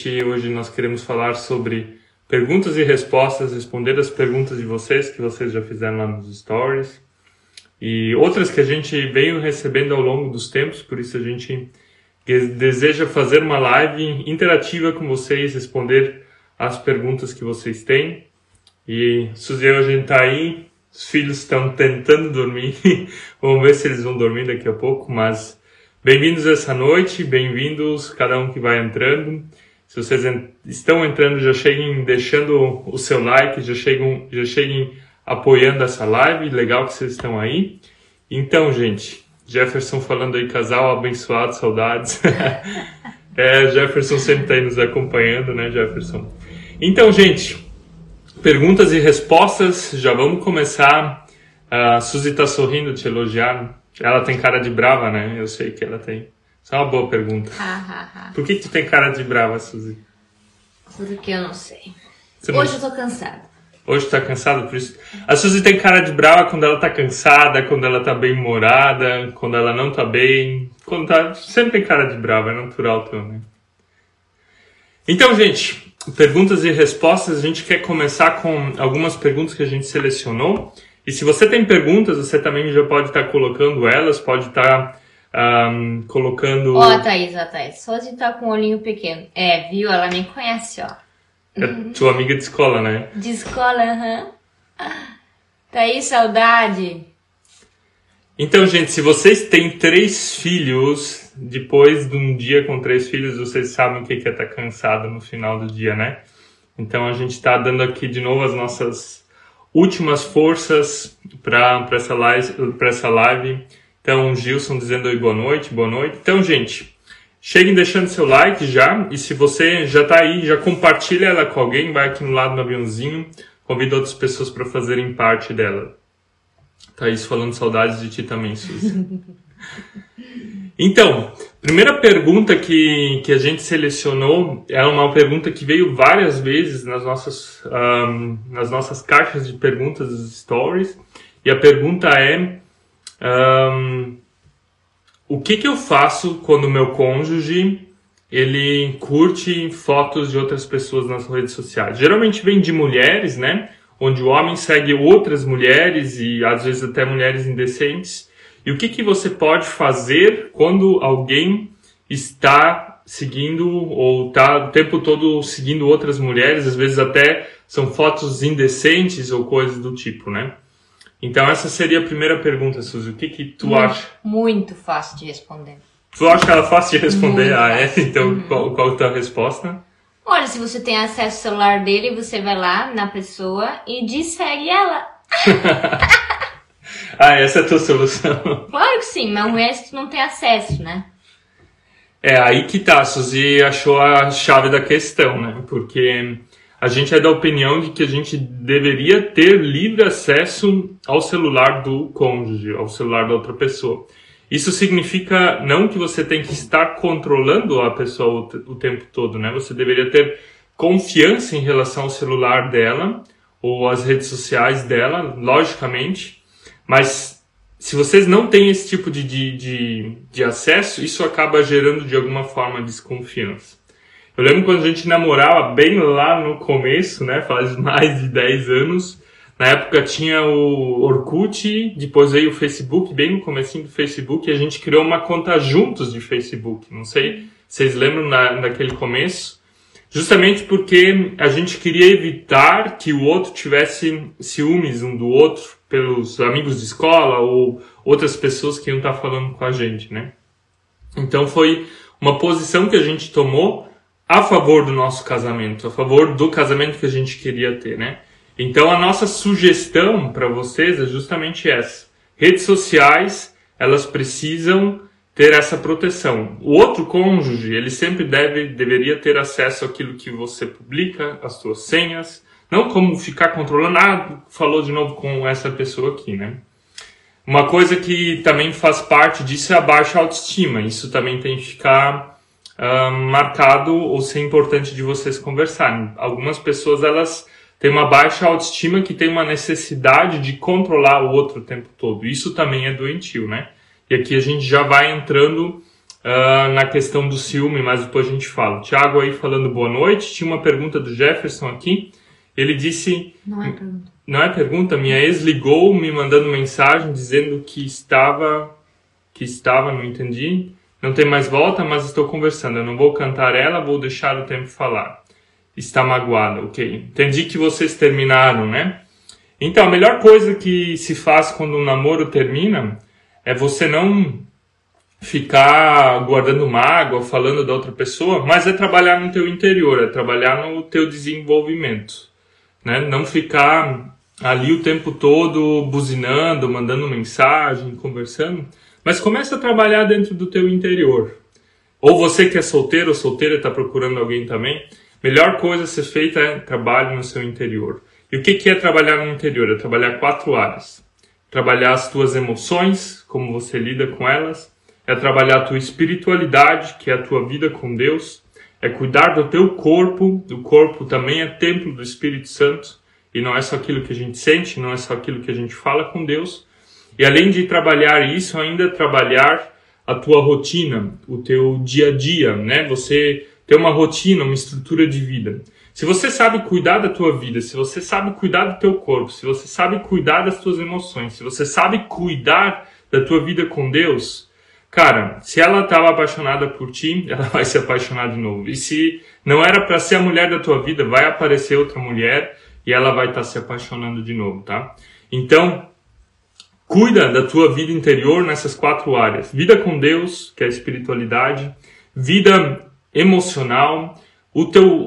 Hoje nós queremos falar sobre perguntas e respostas, responder as perguntas de vocês que vocês já fizeram lá nos stories e outras que a gente veio recebendo ao longo dos tempos, por isso a gente deseja fazer uma live interativa com vocês, responder as perguntas que vocês têm. E Suzy, hoje a gente tá aí, os filhos estão tentando dormir, vamos ver se eles vão dormir daqui a pouco, mas bem-vindos essa noite, bem-vindos cada um que vai entrando. Se vocês estão entrando, já cheguem deixando o seu like, já cheguem apoiando essa live, legal que vocês estão aí. Então, gente, Jefferson falando aí, casal abençoado, saudades. Jefferson sempre está aí nos acompanhando, né, Jefferson? Então, gente, perguntas e respostas, já vamos começar. A Suzy está sorrindo, te elogiaram. Ela tem cara de brava, né? Eu sei que ela tem. Isso é uma boa pergunta. Por que tu tem cara de brava, Suzy? Porque eu não sei. Hoje eu tô cansada. Hoje tá cansada, por isso... A Suzy tem cara de brava quando ela tá cansada, quando ela tá bem-humorada, quando ela não tá bem... Sempre tem cara de brava, é natural teu, né? Então, gente, perguntas e respostas. A gente quer começar com algumas perguntas que a gente selecionou. E se você tem perguntas, você também já pode estar colocando elas, pode estar... colocando... Ó, Thaís. Só de estar com o olhinho pequeno. Viu? Ela me conhece, ó. É tua amiga de escola, né? De escola, Thaís, saudade. Então, gente, se vocês têm 3 filhos, depois de um dia com 3 filhos, vocês sabem o que é estar cansado no final do dia, né? Então, a gente está dando aqui de novo as nossas últimas forças para essa live. Então, Gilson dizendo aí boa noite. Então, gente, cheguem deixando seu like já. E se você já está aí, já compartilha ela com alguém. Vai aqui no lado do aviãozinho. Convida outras pessoas para fazerem parte dela. Thaís falando saudades de ti também, Suzy. Então, primeira pergunta que a gente selecionou é uma pergunta que veio várias vezes nas nossas caixas de perguntas dos stories. E a pergunta é... o que eu faço quando o meu cônjuge ele curte fotos de outras pessoas nas redes sociais? Geralmente vem de mulheres, né? Onde o homem segue outras mulheres e às vezes até mulheres indecentes. E o que você pode fazer quando alguém está seguindo ou está o tempo todo seguindo outras mulheres? Às vezes até são fotos indecentes ou coisas do tipo, né? Então essa seria a primeira pergunta, Suzy. O que tu acha? Muito fácil de responder. Tu acha que ela é fácil de responder? Muito Então qual é a tua resposta? Olha, se você tem acesso ao celular dele, você vai lá na pessoa e dessegue ela. Essa é a tua solução. Claro que sim, mas o resto não tem acesso, né? Aí que tá, a Suzy achou a chave da questão, né? Porque... a gente é da opinião de que a gente deveria ter livre acesso ao celular do cônjuge, ao celular da outra pessoa. Isso significa não que você tem que estar controlando a pessoa o tempo todo, né? Você deveria ter confiança em relação ao celular dela ou às redes sociais dela, logicamente. Mas se vocês não têm esse tipo de acesso, isso acaba gerando de alguma forma desconfiança. Eu lembro quando a gente namorava bem lá no começo, né? Faz mais de 10 anos. Na época tinha o Orkut, depois veio o Facebook, bem no comecinho do Facebook, e a gente criou uma conta juntos de Facebook. Não sei se vocês lembram naquele começo. Justamente porque a gente queria evitar que o outro tivesse ciúmes um do outro pelos amigos de escola ou outras pessoas que iam estar falando com a gente, né? Então foi uma posição que a gente tomou a favor do nosso casamento, a favor do casamento que a gente queria ter, né? Então a nossa sugestão para vocês é justamente essa. Redes sociais, elas precisam ter essa proteção. O outro cônjuge, ele sempre deveria ter acesso àquilo que você publica, as suas senhas, não como ficar controlando, falou de novo com essa pessoa aqui, né? Uma coisa que também faz parte disso é a baixa autoestima. Isso também tem que ficar marcado ou ser importante de vocês conversarem. Algumas pessoas, elas têm uma baixa autoestima que tem uma necessidade de controlar o outro o tempo todo. Isso também é doentio, né? E aqui a gente já vai entrando na questão do ciúme, mas depois a gente fala. Tiago aí falando boa noite. Tinha uma pergunta do Jefferson aqui. Ele disse... Não é pergunta. Não é pergunta? Minha ex ligou me mandando mensagem dizendo que estava, não entendi. Não tem mais volta, mas estou conversando. Eu não vou cantar ela, vou deixar o tempo falar. Está magoada, ok. Entendi que vocês terminaram, né? Então, a melhor coisa que se faz quando um namoro termina é você não ficar guardando mágoa, falando da outra pessoa, mas é trabalhar no teu interior, é trabalhar no teu desenvolvimento, né? Não ficar ali o tempo todo buzinando, mandando mensagem, conversando, mas começa a trabalhar dentro do teu interior. Ou você que é solteiro ou solteira está procurando alguém também, melhor coisa a ser feita é trabalho no seu interior. E o que é trabalhar no interior? É trabalhar 4 áreas. Trabalhar as tuas emoções, como você lida com elas. É trabalhar a tua espiritualidade, que é a tua vida com Deus. É cuidar do teu corpo. O corpo também é templo do Espírito Santo. E não é só aquilo que a gente sente, não é só aquilo que a gente fala com Deus. E além de trabalhar isso, ainda trabalhar a tua rotina, o teu dia a dia, né? Você ter uma rotina, uma estrutura de vida. Se você sabe cuidar da tua vida, se você sabe cuidar do teu corpo, se você sabe cuidar das tuas emoções, se você sabe cuidar da tua vida com Deus, cara, se ela estava apaixonada por ti, ela vai se apaixonar de novo. E se não era para ser a mulher da tua vida, vai aparecer outra mulher e ela vai estar se apaixonando de novo, tá? Então, cuida da tua vida interior nessas 4 áreas. Vida com Deus, que é a espiritualidade, vida emocional, a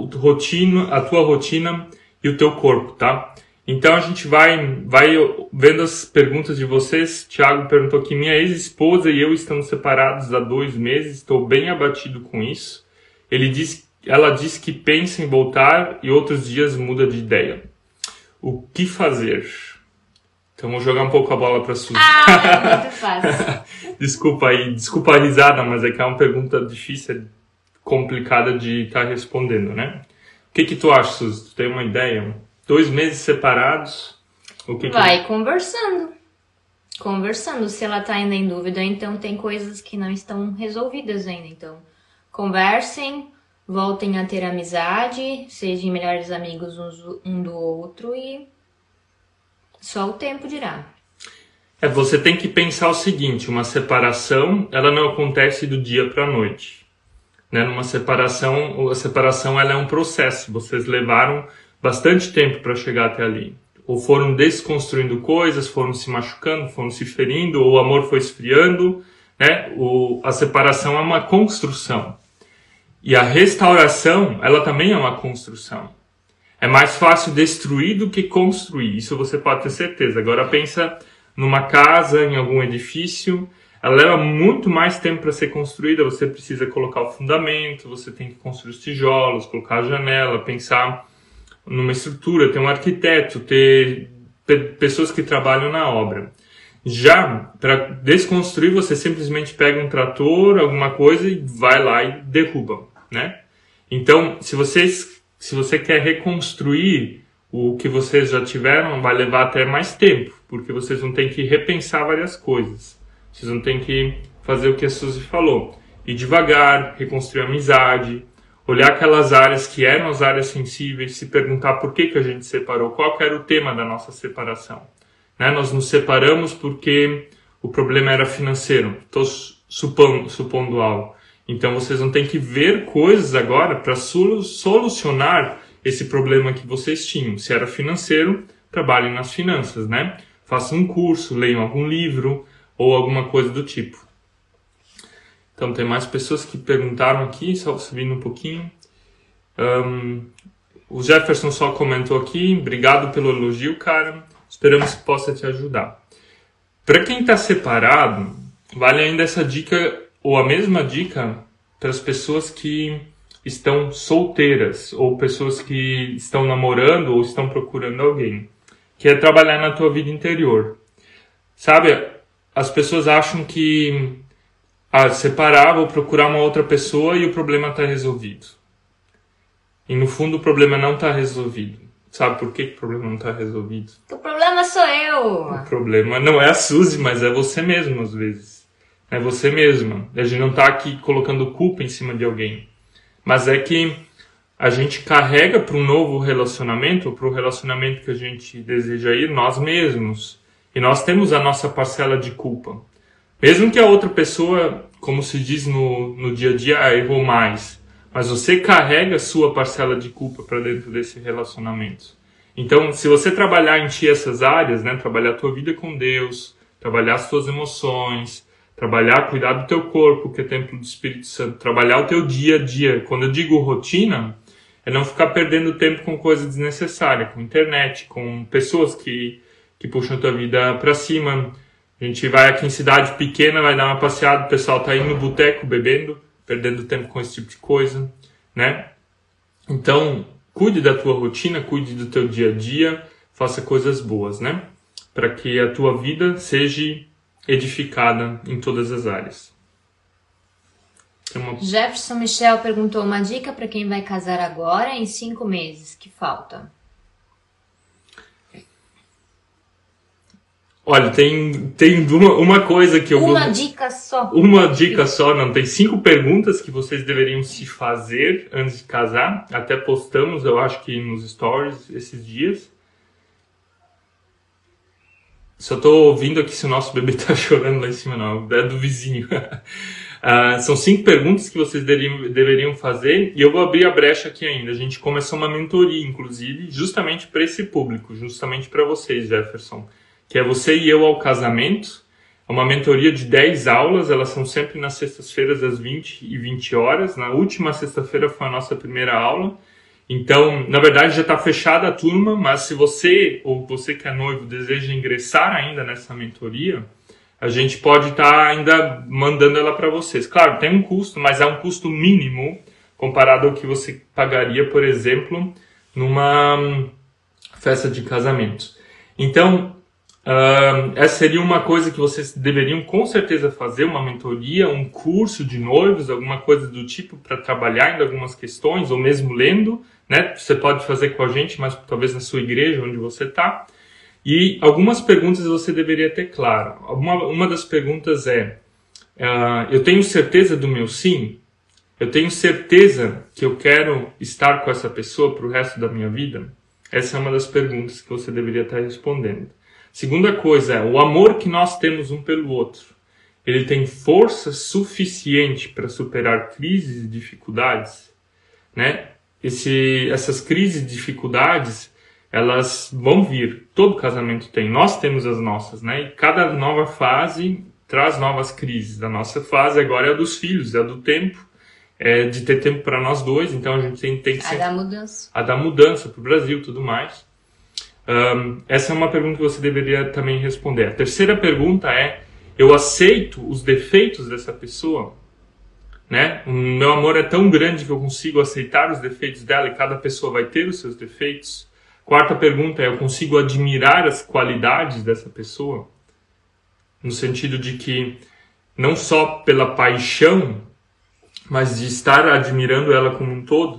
tua rotina e o teu corpo, tá? Então a gente vai vendo as perguntas de vocês. Tiago perguntou aqui: minha ex-esposa e eu estamos separados há 2 meses, estou bem abatido com isso. Ela diz que pensa em voltar e outros dias muda de ideia. O que fazer? Então vou jogar um pouco a bola para a Suzy. É muito fácil. Desculpa a risada, mas é que é uma pergunta difícil, complicada de estar respondendo, né? O que tu acha, Suzy? Tu tem uma ideia? 2 meses separados? Vai conversando. Conversando. Se ela tá ainda em dúvida, então tem coisas que não estão resolvidas ainda. Então, conversem, voltem a ter amizade, sejam melhores amigos um do outro e só o tempo dirá. Você tem que pensar o seguinte: uma separação, ela não acontece do dia para a noite. Né? Numa separação, a separação ela é um processo. Vocês levaram bastante tempo para chegar até ali. Ou foram desconstruindo coisas, foram se machucando, foram se ferindo, ou o amor foi esfriando. Né? A separação é uma construção. E a restauração, ela também é uma construção. É mais fácil destruir do que construir. Isso você pode ter certeza. Agora pensa numa casa, em algum edifício. Ela leva muito mais tempo para ser construída. Você precisa colocar o fundamento, você tem que construir os tijolos, colocar a janela, pensar numa estrutura, ter um arquiteto, ter pessoas que trabalham na obra. Já para desconstruir, você simplesmente pega um trator, alguma coisa e vai lá e derruba, né? Então, se você quer reconstruir o que vocês já tiveram, vai levar até mais tempo, porque vocês vão ter que repensar várias coisas. Vocês vão ter que fazer o que a Suzy falou. Ir devagar, reconstruir a amizade, olhar aquelas áreas que eram as áreas sensíveis, se perguntar por que a gente separou, qual que era o tema da nossa separação. Né? Nós nos separamos porque o problema era financeiro. Estou supondo algo. Então vocês vão ter que ver coisas agora para solucionar esse problema que vocês tinham. Se era financeiro, trabalhem nas finanças, né? Façam um curso, leiam algum livro ou alguma coisa do tipo. Então tem mais pessoas que perguntaram aqui, só subindo um pouquinho. O Jefferson só comentou aqui: obrigado pelo elogio, cara. Esperamos que possa te ajudar. Para quem está separado, vale ainda essa dica, ou a mesma dica, para as pessoas que estão solteiras, ou pessoas que estão namorando, ou estão procurando alguém, que é trabalhar na tua vida interior. Sabe, as pessoas acham que separar, vou procurar uma outra pessoa e o problema está resolvido. E no fundo o problema não está resolvido. Sabe por que o problema não está resolvido? O problema sou eu. O problema não é a Suzy, mas é você mesmo às vezes. É você mesma. A gente não está aqui colocando culpa em cima de alguém. Mas é que a gente carrega para um novo relacionamento, ou para o relacionamento que a gente deseja ir, nós mesmos. E nós temos a nossa parcela de culpa. Mesmo que a outra pessoa, como se diz no dia a dia, errou mais. Mas você carrega a sua parcela de culpa para dentro desse relacionamento. Então, se você trabalhar em ti essas áreas, né, trabalhar a tua vida com Deus, trabalhar as tuas emoções, trabalhar, cuidar do teu corpo, que é templo do Espírito Santo, trabalhar o teu dia a dia. Quando eu digo rotina, é não ficar perdendo tempo com coisa desnecessária, com internet, com pessoas que puxam a tua vida para cima. A gente vai aqui em cidade pequena, vai dar uma passeada, o pessoal tá aí no boteco bebendo, perdendo tempo com esse tipo de coisa, né? Então, cuide da tua rotina, cuide do teu dia a dia, faça coisas boas, né? Para que a tua vida seja edificada em todas as áreas. Jefferson Michel perguntou uma dica para quem vai casar agora em 5 meses. Que falta? Olha, tem uma coisa que eu... Uma dica só. Uma dica só, não. Tem 5 perguntas que vocês deveriam se fazer antes de casar. Até postamos, eu acho que nos stories esses dias. Só tô ouvindo aqui se o nosso bebê tá chorando lá em cima, não. É do vizinho. São 5 perguntas que vocês deveriam fazer. E eu vou abrir a brecha aqui ainda. A gente começou uma mentoria, inclusive, justamente para esse público. Justamente para vocês, Jefferson. Que é Você e Eu ao Casamento. É uma mentoria de 10 aulas, elas são sempre nas sextas-feiras às 20 e 20 horas. Na última sexta-feira foi a nossa primeira aula. Então, na verdade já está fechada a turma, mas se você ou você que é noivo deseja ingressar ainda nessa mentoria, a gente pode estar ainda mandando ela para vocês. Claro, tem um custo, mas é um custo mínimo comparado ao que você pagaria, por exemplo, numa festa de casamento. Então, essa seria uma coisa que vocês deveriam com certeza fazer, uma mentoria, um curso de noivos, alguma coisa do tipo para trabalhar ainda algumas questões, ou mesmo lendo, né? Você pode fazer com a gente, mas talvez na sua igreja, onde você está. E algumas perguntas você deveria ter claro. Uma das perguntas é, eu tenho certeza do meu sim? Eu tenho certeza que eu quero estar com essa pessoa para o resto da minha vida? Essa é uma das perguntas que você deveria estar respondendo. Segunda coisa é, o amor que nós temos um pelo outro, ele tem força suficiente para superar crises e dificuldades, né? Essas crises e dificuldades, elas vão vir. Todo casamento tem. Nós temos as nossas, né? E cada nova fase traz novas crises. A nossa fase agora é a dos filhos, é a do tempo, de ter tempo para nós dois. Então a gente tem que ser... A da mudança para o Brasil e tudo mais. Essa é uma pergunta que você deveria também responder. A terceira pergunta é, eu aceito os defeitos dessa pessoa? Né? O meu amor é tão grande que eu consigo aceitar os defeitos dela e cada pessoa vai ter os seus defeitos? Quarta pergunta é, eu consigo admirar as qualidades dessa pessoa? No sentido de que, não só pela paixão, mas de estar admirando ela como um todo?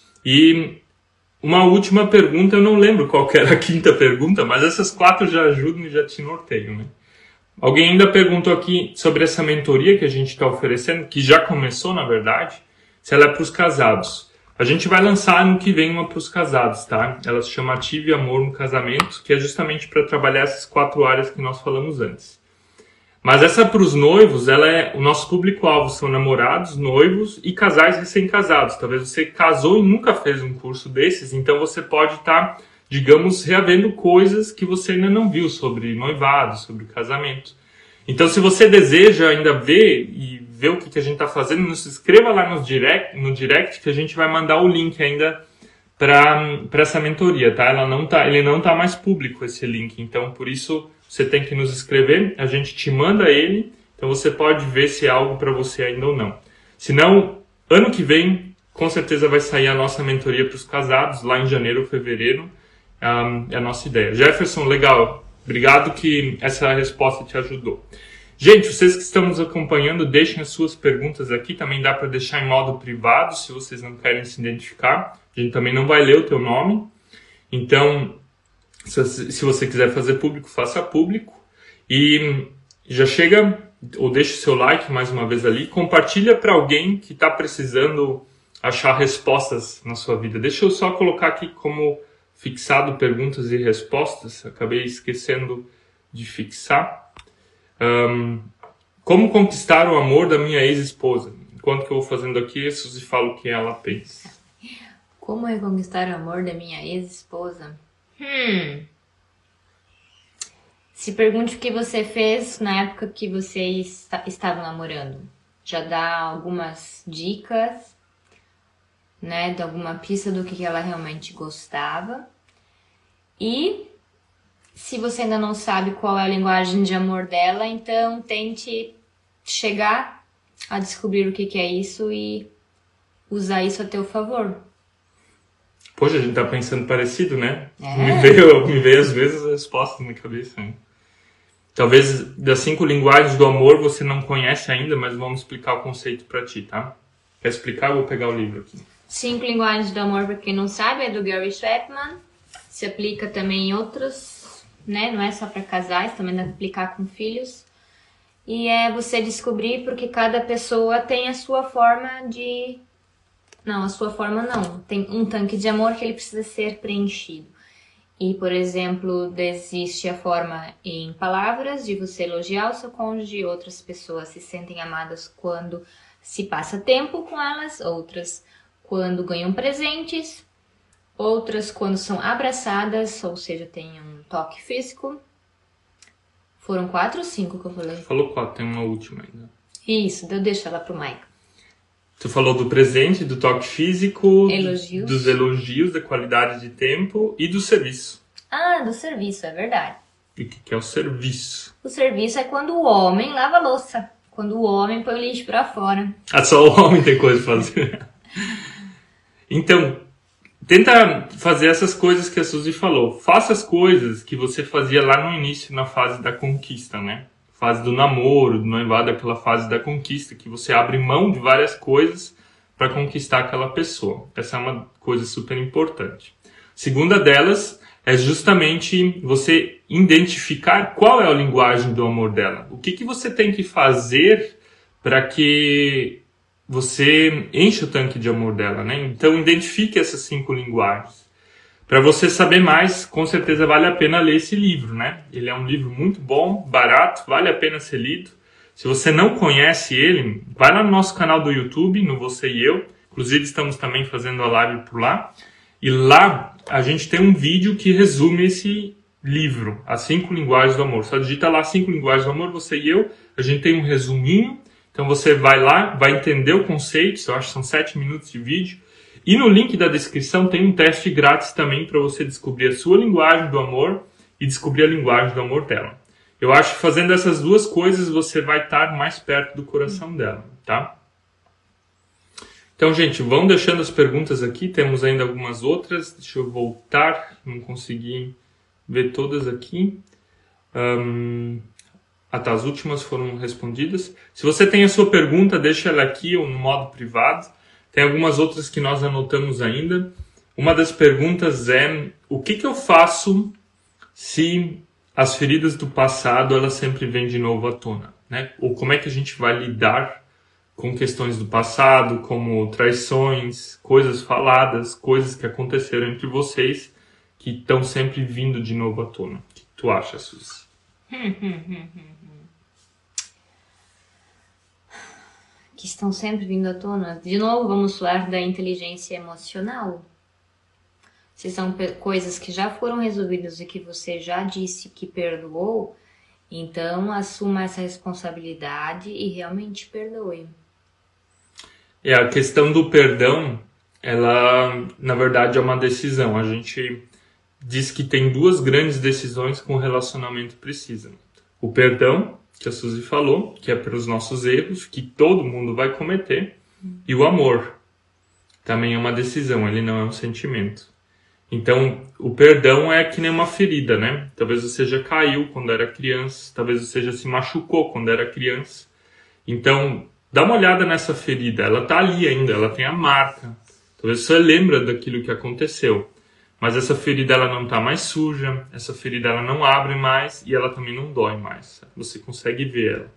E uma última pergunta, eu não lembro qual que era a quinta pergunta, mas essas 4 já ajudam e já te norteiam, né? Alguém ainda perguntou aqui sobre essa mentoria que a gente está oferecendo, que já começou, na verdade, se ela é para os casados. A gente vai lançar ano que vem uma para os casados, tá? Ela se chama Ative Amor no Casamento, que é justamente para trabalhar essas 4 áreas que nós falamos antes. Mas essa para os noivos, ela é o nosso público-alvo, são namorados, noivos e casais recém-casados. Talvez você casou e nunca fez um curso desses, então você pode estar, digamos, reavendo coisas que você ainda não viu sobre noivado, sobre casamento. Então, se você deseja ainda ver o que a gente está fazendo, nos inscreva lá no direct que a gente vai mandar o link ainda para essa mentoria, tá? Ele não tá mais público, esse link, então por isso você tem que nos inscrever, a gente te manda ele, então você pode ver se é algo para você ainda ou não. Se não, ano que vem, com certeza vai sair a nossa mentoria para os casados, lá em janeiro ou fevereiro, é a nossa ideia. Jefferson, legal, obrigado que essa resposta te ajudou. Gente, vocês que estão nos acompanhando, deixem as suas perguntas aqui, também dá para deixar em modo privado, se vocês não querem se identificar, a gente também não vai ler o teu nome, então... Se você quiser fazer público, faça público. E já chega ou deixa o seu like mais uma vez ali, compartilha para alguém que está precisando achar respostas na sua vida. Deixa eu só colocar aqui como fixado perguntas e respostas, acabei esquecendo de fixar. Como conquistar o amor da minha ex-esposa? Enquanto que eu vou fazendo aqui, a Suzy fala o que ela pensa. Como é conquistar o amor da minha ex-esposa? Se pergunte o que você fez na época que vocês estavam namorando. Já dá algumas dicas, né? De alguma pista do que ela realmente gostava. E se você ainda não sabe qual é a linguagem de amor dela, então tente chegar a descobrir o que é isso e usar isso a teu favor. Poxa, a gente tá pensando parecido, né? É. Me veio às vezes a resposta na cabeça, né? Talvez das 5 linguagens do amor você não conhece ainda, mas vamos explicar o conceito pra ti, tá? Quer explicar? Eu vou pegar o livro aqui. 5 linguagens do amor, pra quem não sabe, é do Gary Chapman. Se aplica também em outros, né? Não é só para casais, também dá pra aplicar com filhos. E é você descobrir porque cada pessoa tem a sua forma de... Não, a sua forma não. Tem um tanque de amor que ele precisa ser preenchido. E, por exemplo, existe a forma em palavras de você elogiar o seu cônjuge. Outras pessoas se sentem amadas quando se passa tempo com elas. Outras quando ganham presentes. Outras quando são abraçadas, ou seja, tem um toque físico. Foram 4 ou 5 que eu falei? Falou 4, tem uma última ainda. Isso, eu deixo ela pro Mike. Tu falou do presente, do toque físico, Elogios. Dos elogios, da qualidade de tempo e do serviço. Ah, do serviço, é verdade. E o que é o serviço? O serviço é quando o homem lava a louça. Quando o homem põe o lixo pra fora. Ah, só o homem tem coisa pra fazer. Então, tenta fazer essas coisas que a Suzy falou. Faça as coisas que você fazia lá no início, na fase da conquista, né? Fase do namoro, do noivado, aquela fase da conquista, que você abre mão de várias coisas para conquistar aquela pessoa. Essa é uma coisa super importante. Segunda delas é justamente você identificar qual é a linguagem do amor dela. O que você tem que fazer para que você enche o tanque de amor dela, né? Então, identifique essas 5 linguagens. Para você saber mais, com certeza vale a pena ler esse livro, né? Ele é um livro muito bom, barato, vale a pena ser lido. Se você não conhece ele, vai lá no nosso canal do YouTube, no Você e Eu. Inclusive, estamos também fazendo a live por lá. E lá, a gente tem um vídeo que resume esse livro, As 5 Linguagens do Amor. Só digita lá 5 Linguagens do Amor, Você e Eu. A gente tem um resuminho. Então, você vai lá, vai entender o conceito. Eu acho que são 7 minutos de vídeo. E no link da descrição tem um teste grátis também para você descobrir a sua linguagem do amor e descobrir a linguagem do amor dela. Eu acho que fazendo essas 2 coisas você vai estar mais perto do coração dela, tá? Então, gente, vão deixando as perguntas aqui. Temos ainda algumas outras. Deixa eu voltar. Não consegui ver todas aqui. Tá, as últimas foram respondidas. Se você tem a sua pergunta, deixa ela aqui ou no modo privado. Tem algumas outras que nós anotamos ainda. Uma das perguntas é: o que eu faço se as feridas do passado elas sempre vêm de novo à tona, né? Ou como é que a gente vai lidar com questões do passado, como traições, coisas faladas, coisas que aconteceram entre vocês que estão sempre vindo de novo à tona. O que tu acha, Suzy? Que estão sempre vindo à tona. De novo, vamos falar da inteligência emocional. Se são coisas que já foram resolvidas e que você já disse que perdoou, então assuma essa responsabilidade e realmente perdoe. A questão do perdão, ela, na verdade, é uma decisão. A gente diz que tem 2 grandes decisões que um relacionamento precisa. O perdão, que a Suzy falou, que é pelos nossos erros, que todo mundo vai cometer, e o amor. Também é uma decisão, ele não é um sentimento. Então, o perdão é que nem uma ferida, né? Talvez você já caiu quando era criança, talvez você já se machucou quando era criança. Então, dá uma olhada nessa ferida, ela tá ali ainda, ela tem a marca. Talvez você lembra daquilo que aconteceu. Mas essa ferida ela não está mais suja, essa ferida ela não abre mais e ela também não dói mais. Você consegue ver ela.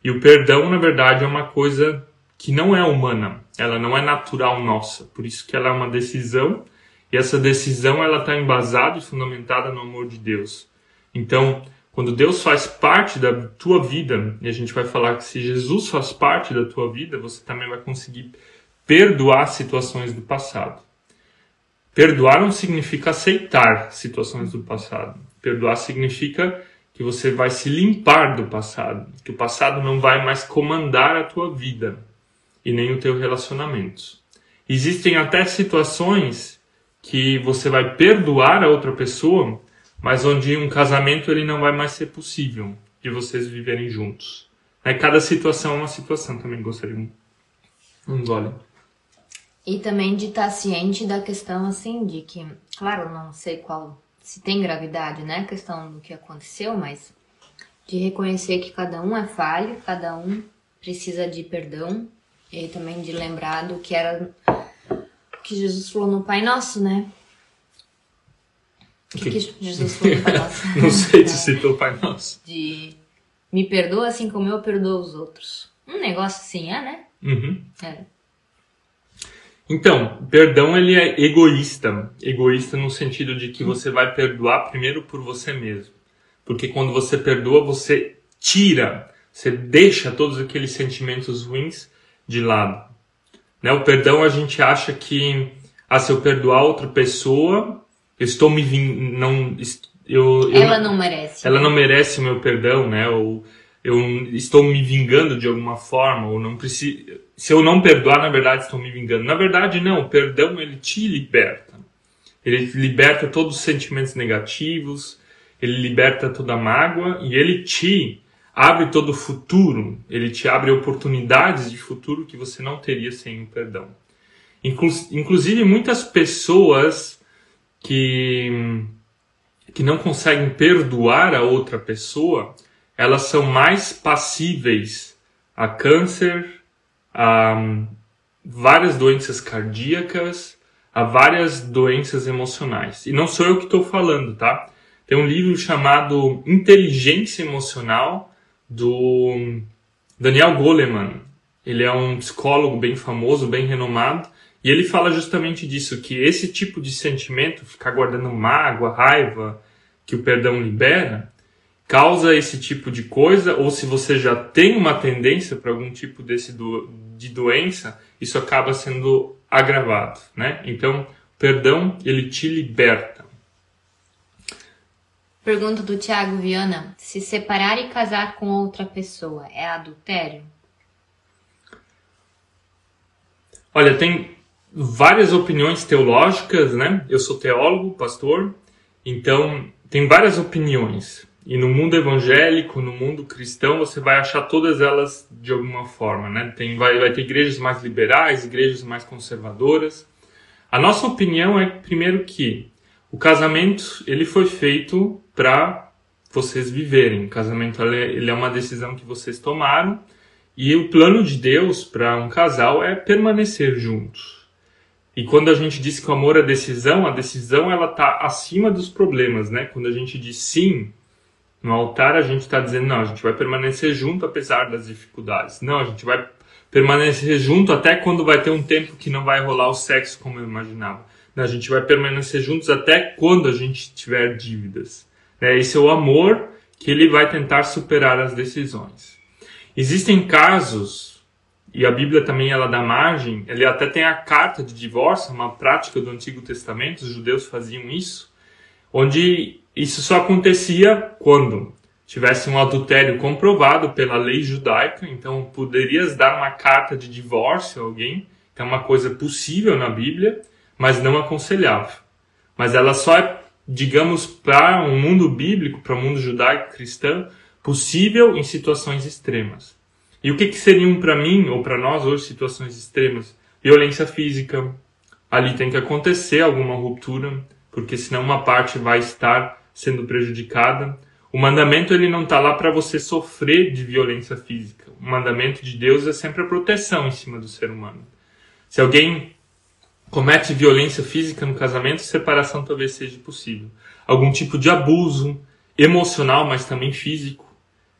E o perdão, na verdade, é uma coisa que não é humana, ela não é natural nossa, por isso que ela é uma decisão, e essa decisão ela está embasada e fundamentada no amor de Deus. Então, quando Deus faz parte da tua vida, e a gente vai falar que se Jesus faz parte da tua vida, você também vai conseguir perdoar situações do passado. Perdoar não significa aceitar situações do passado. Perdoar significa que você vai se limpar do passado, que o passado não vai mais comandar a tua vida e nem o teu relacionamento. Existem até situações que você vai perdoar a outra pessoa, mas onde um casamento ele não vai mais ser possível de vocês viverem juntos. Cada situação é uma situação, também gostaria um gole. E também de estar ciente da questão, assim, de que, claro, não sei qual, se tem gravidade, né, a questão do que aconteceu, mas de reconhecer que cada um é falho, cada um precisa de perdão, e também de lembrar do que era que Jesus falou no Pai Nosso, né? O que Jesus falou no Pai Nosso? Não sei se citou o Pai Nosso. De me perdoa assim como eu perdoo os outros. Um negócio assim, né? Uhum. É. Então, perdão ele é egoísta. Egoísta no sentido de que você vai perdoar primeiro por você mesmo. Porque quando você perdoa, você tira, você deixa todos aqueles sentimentos ruins de lado. Né? O perdão a gente acha que, se eu perdoar outra pessoa, eu estou me ela não merece. Ela não merece o meu perdão, né? Ou eu estou me vingando de alguma forma, ou não preciso. Se eu não perdoar, na verdade, estou me vingando. Na verdade, não. O perdão, ele te liberta. Ele liberta todos os sentimentos negativos, ele liberta toda a mágoa e ele te abre todo o futuro. Ele te abre oportunidades de futuro que você não teria sem o perdão. Inclusive, muitas pessoas que não conseguem perdoar a outra pessoa, elas são mais passíveis a câncer, a várias doenças cardíacas, a várias doenças emocionais. E não sou eu que estou falando, tá? Tem um livro chamado Inteligência Emocional, do Daniel Goleman. Ele é um psicólogo bem famoso, bem renomado, e ele fala justamente disso, que esse tipo de sentimento, ficar guardando mágoa, raiva, que o perdão libera, causa esse tipo de coisa, ou se você já tem uma tendência para algum tipo de doença, isso acaba sendo agravado, né? Então, o perdão, ele te liberta. Pergunta do Thiago Viana: se separar e casar com outra pessoa é adultério? Olha, tem várias opiniões teológicas, né? Eu sou teólogo, pastor, então tem várias opiniões. E no mundo evangélico, no mundo cristão, você vai achar todas elas de alguma forma, né? Vai ter igrejas mais liberais, igrejas mais conservadoras. A nossa opinião é, primeiro, que o casamento ele foi feito para vocês viverem. O casamento ele é uma decisão que vocês tomaram e o plano de Deus para um casal é permanecer juntos. E quando a gente diz que o amor é decisão, a decisão ela está acima dos problemas, né? Quando a gente diz sim no altar, a gente está dizendo não, a gente vai permanecer junto apesar das dificuldades. Não, a gente vai permanecer junto até quando vai ter um tempo que não vai rolar o sexo como eu imaginava. Não, a gente vai permanecer juntos até quando a gente tiver dívidas. Esse é o amor que ele vai tentar superar as decisões. Existem casos, e a Bíblia também ela dá margem, ele até tem a carta de divórcio, uma prática do Antigo Testamento, os judeus faziam isso, onde isso só acontecia quando tivesse um adultério comprovado pela lei judaica, então poderias dar uma carta de divórcio a alguém, que é uma coisa possível na Bíblia, mas não aconselhável. Mas ela só é, digamos, para um mundo bíblico, para o mundo judaico-cristão, possível em situações extremas. E o que seriam para mim, ou para nós hoje, situações extremas? Violência física, ali tem que acontecer alguma ruptura, porque senão uma parte vai estar sendo prejudicada. O mandamento ele não está lá para você sofrer de violência física. O mandamento de Deus é sempre a proteção em cima do ser humano. Se alguém comete violência física no casamento, separação talvez seja possível. Algum tipo de abuso emocional, mas também físico.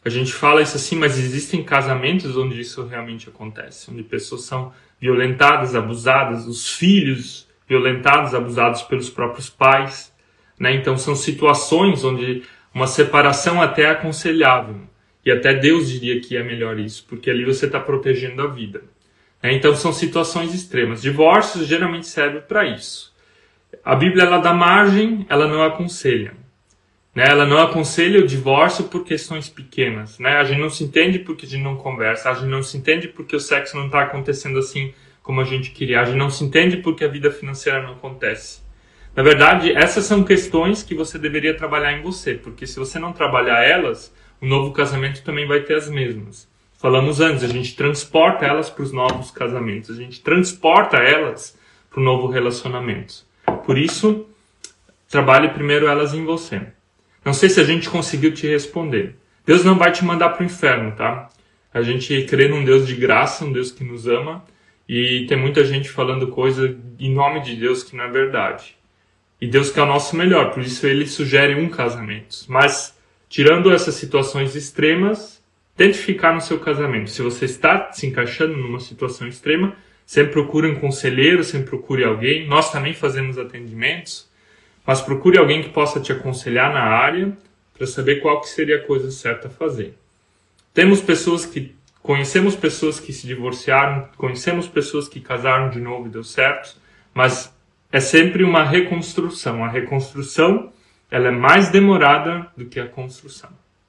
A gente fala isso assim, mas existem casamentos onde isso realmente acontece, onde pessoas são violentadas, abusadas, os filhos violentados, abusados pelos próprios pais, né? Então são situações onde uma separação até é aconselhável, e até Deus diria que é melhor isso, porque ali você está protegendo a vida. Então são situações extremas. Divórcios geralmente servem para isso. A Bíblia ela dá margem, ela não aconselha. Ela não aconselha o divórcio por questões pequenas. A gente não se entende porque a gente não conversa. A gente não se entende porque o sexo não está acontecendo assim como a gente queria. A gente não se entende porque a vida financeira não acontece. Na verdade, essas são questões que você deveria trabalhar em você. Porque se você não trabalhar elas, o novo casamento também vai ter as mesmas. Falamos antes, a gente transporta elas para os novos casamentos. A gente transporta elas para o novo relacionamento. Por isso, trabalhe primeiro elas em você. Não sei se a gente conseguiu te responder. Deus não vai te mandar para o inferno, tá? A gente crê num Deus de graça, um Deus que nos ama. E tem muita gente falando coisa em nome de Deus que não é verdade. E Deus quer o nosso melhor, por isso Ele sugere um casamento. Mas, tirando essas situações extremas, tente ficar no seu casamento. Se você está se encaixando numa situação extrema, sempre procure um conselheiro, sempre procure alguém. Nós também fazemos atendimentos, mas procure alguém que possa te aconselhar na área para saber qual que seria a coisa certa a fazer. Conhecemos pessoas que se divorciaram, conhecemos pessoas que casaram de novo e deu certo, mas é sempre uma reconstrução. A reconstrução ela é mais demorada do que a construção.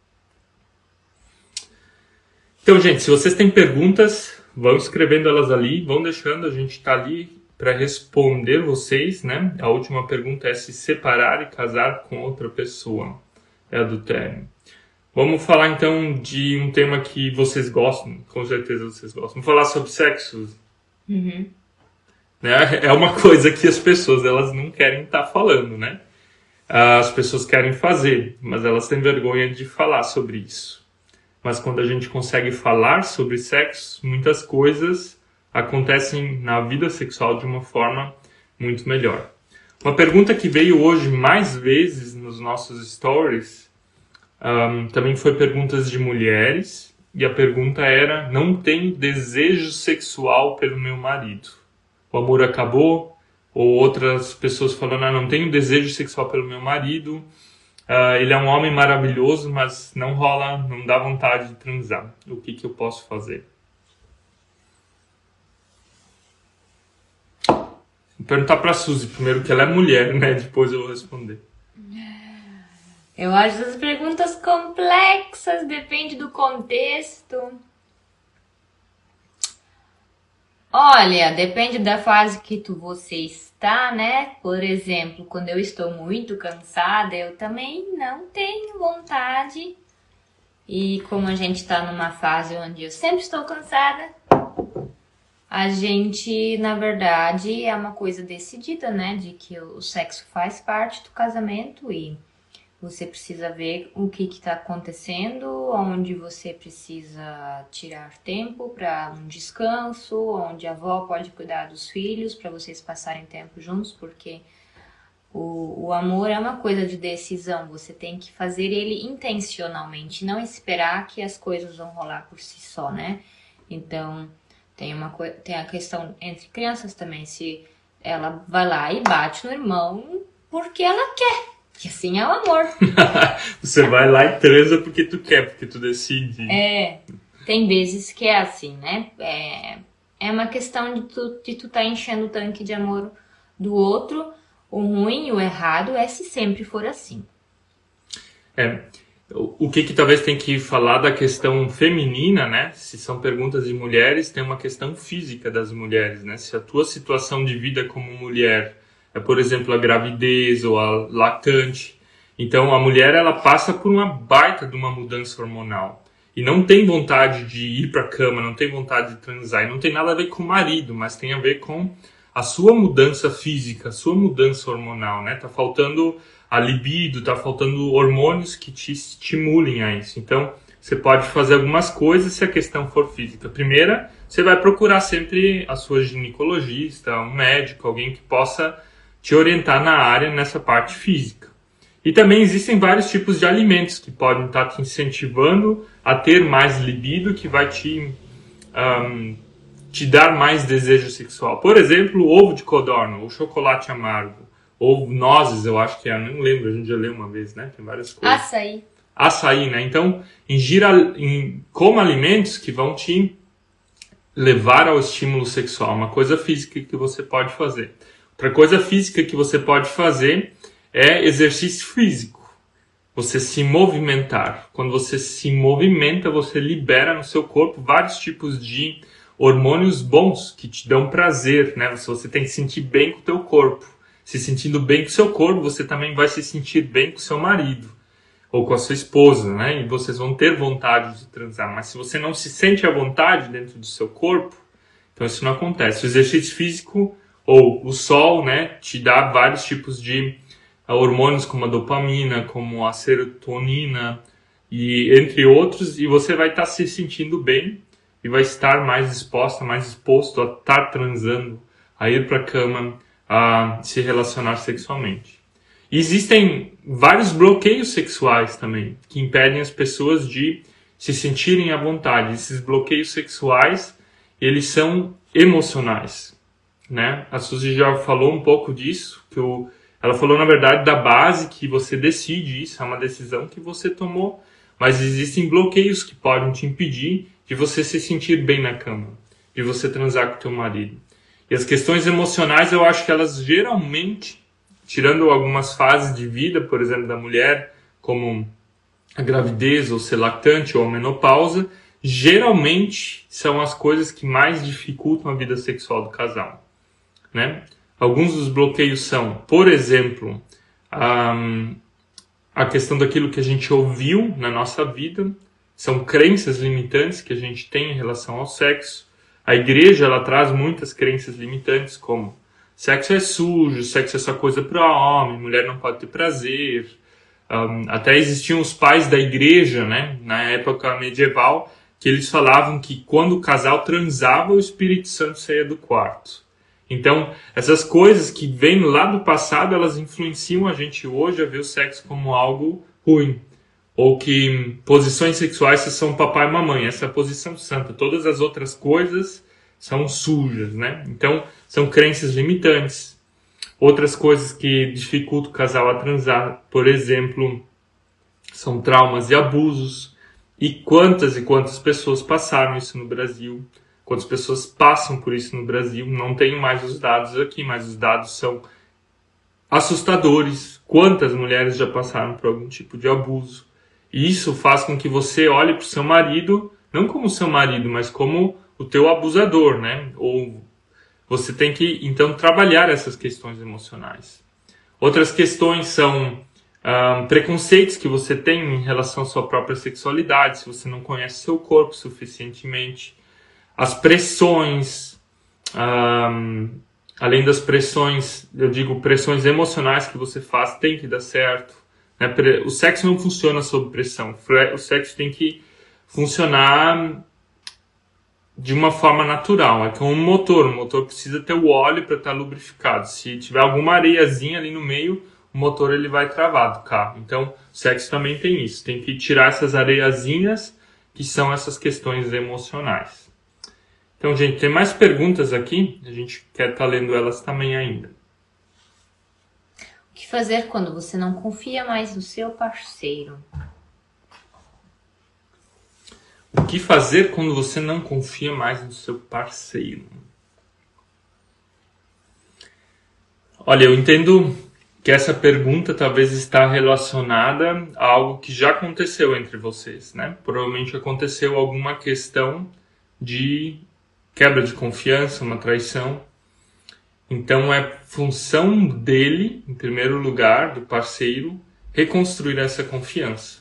Então, gente, se vocês têm perguntas, vão escrevendo elas ali, vão deixando, a gente está ali para responder vocês, né? A última pergunta é se separar e casar com outra pessoa. É adultério. Vamos falar então de um tema que vocês gostam, com certeza vocês gostam. Vamos falar sobre sexo. Uhum. É uma coisa que as pessoas elas não querem estar falando, né? As pessoas querem fazer, mas elas têm vergonha de falar sobre isso. Mas quando a gente consegue falar sobre sexo, muitas coisas acontecem na vida sexual de uma forma muito melhor. Uma pergunta que veio hoje mais vezes nos nossos stories também foi perguntas de mulheres. E a pergunta era: não tenho desejo sexual pelo meu marido. O amor acabou? Ou outras pessoas falando: não tenho desejo sexual pelo meu marido. Ele é um homem maravilhoso, mas não rola, não dá vontade de transar. O que eu posso fazer? Vou perguntar para a Suzy primeiro, que ela é mulher, né? Depois eu vou responder. Eu acho essas perguntas complexas, depende do contexto. Olha, depende da fase que você está, né? Por exemplo, quando eu estou muito cansada, eu também não tenho vontade. E como a gente está numa fase onde eu sempre estou cansada, a gente, na verdade, é uma coisa decidida, né? De que o sexo faz parte do casamento e você precisa ver o que está acontecendo, onde você precisa tirar tempo para um descanso, onde a avó pode cuidar dos filhos, para vocês passarem tempo juntos, porque o amor é uma coisa de decisão, você tem que fazer ele intencionalmente, não esperar que as coisas vão rolar por si só, né? Então, tem a questão entre crianças também, se ela vai lá e bate no irmão porque ela quer. Que assim é o amor. Você vai lá e transa porque tu quer, porque tu decide. Tem vezes que é assim, né? É uma questão de tu tá enchendo o tanque de amor do outro. O ruim e o errado é se sempre for assim. O que talvez tem que falar da questão feminina, né? Se são perguntas de mulheres, tem uma questão física das mulheres, né? Se a tua situação de vida como mulher é, por exemplo, a gravidez ou a lactante. Então, a mulher ela passa por uma baita de uma mudança hormonal. E não tem vontade de ir para a cama, não tem vontade de transar. E não tem nada a ver com o marido, mas tem a ver com a sua mudança física, a sua mudança hormonal, né? Tá faltando a libido, tá faltando hormônios que te estimulem a isso. Então, você pode fazer algumas coisas se a questão for física. Primeira, você vai procurar sempre a sua ginecologista, um médico, alguém que possa te orientar na área, nessa parte física. E também existem vários tipos de alimentos que podem estar te incentivando a ter mais libido, que vai te dar mais desejo sexual. Por exemplo, o ovo de codorna, ou chocolate amargo, ou nozes, eu acho que é, não lembro, a gente já leu uma vez, né? Tem várias coisas. Açaí, né? Então, coma alimentos que vão te levar ao estímulo sexual. Uma coisa física que você pode fazer. Outra coisa física que você pode fazer é exercício físico. Você se movimentar. Quando você se movimenta, você libera no seu corpo vários tipos de hormônios bons que te dão prazer, né? Você tem que se sentir bem com o teu corpo. Se sentindo bem com o seu corpo, você também vai se sentir bem com o seu marido ou com a sua esposa, né? E vocês vão ter vontade de transar. Mas se você não se sente à vontade dentro do seu corpo, então isso não acontece. O exercício físico ou o sol, né, te dá vários tipos de hormônios como a dopamina, como a serotonina e entre outros, e você vai estar se sentindo bem e vai estar mais disposta, mais disposto a estar transando, a ir para a cama, a se relacionar sexualmente. E existem vários bloqueios sexuais também, que impedem as pessoas de se sentirem à vontade. Esses bloqueios sexuais, eles são emocionais, né? A Suzy já falou um pouco disso, ela falou, na verdade, da base que você decide isso, é uma decisão que você tomou, mas existem bloqueios que podem te impedir de você se sentir bem na cama, de você transar com o teu marido. E as questões emocionais, eu acho que elas geralmente, tirando algumas fases de vida, por exemplo, da mulher, como a gravidez, ou ser lactante, ou a menopausa, geralmente são as coisas que mais dificultam a vida sexual do casal, né? Alguns dos bloqueios são, por exemplo, a questão daquilo que a gente ouviu na nossa vida, são crenças limitantes que a gente tem em relação ao sexo. A igreja, ela traz muitas crenças limitantes, como sexo é sujo, sexo é só coisa para homem, mulher não pode ter prazer. Até existiam os pais da igreja, né, na época medieval, que eles falavam que quando o casal transava, o Espírito Santo saía do quarto. Então, essas coisas que vêm lá do passado, elas influenciam a gente hoje a ver o sexo como algo ruim. Ou que posições sexuais são papai e mamãe, essa é a posição santa. Todas as outras coisas são sujas, né? Então, são crenças limitantes. Outras coisas que dificultam o casal a transar, por exemplo, são traumas e abusos. E quantas pessoas passaram isso no Brasil? Quantas pessoas passam por isso no Brasil? Não tenho mais os dados aqui, mas os dados são assustadores. Quantas mulheres já passaram por algum tipo de abuso? E isso faz com que você olhe para o seu marido, não como seu marido, mas como o teu abusador, né? Ou você tem que, então, trabalhar essas questões emocionais. Outras questões são preconceitos que você tem em relação à sua própria sexualidade, se você não conhece seu corpo suficientemente. As pressões, além das pressões, eu digo pressões emocionais que você faz, tem que dar certo. Né? O sexo não funciona sob pressão. O sexo tem que funcionar de uma forma natural. É como um motor. O motor precisa ter o óleo para estar lubrificado. Se tiver alguma areiazinha ali no meio, o motor ele vai travar do carro. Então, o sexo também tem isso. Tem que tirar essas areiazinhas que são essas questões emocionais. Então, gente, tem mais perguntas aqui. A gente quer estar lendo elas também ainda. O que fazer quando você não confia mais no seu parceiro? O que fazer quando você não confia mais no seu parceiro? Olha, eu entendo que essa pergunta talvez está relacionada a algo que já aconteceu entre vocês, né? Provavelmente aconteceu alguma questão de quebra de confiança, uma traição. Então é função dele, em primeiro lugar, do parceiro, reconstruir essa confiança.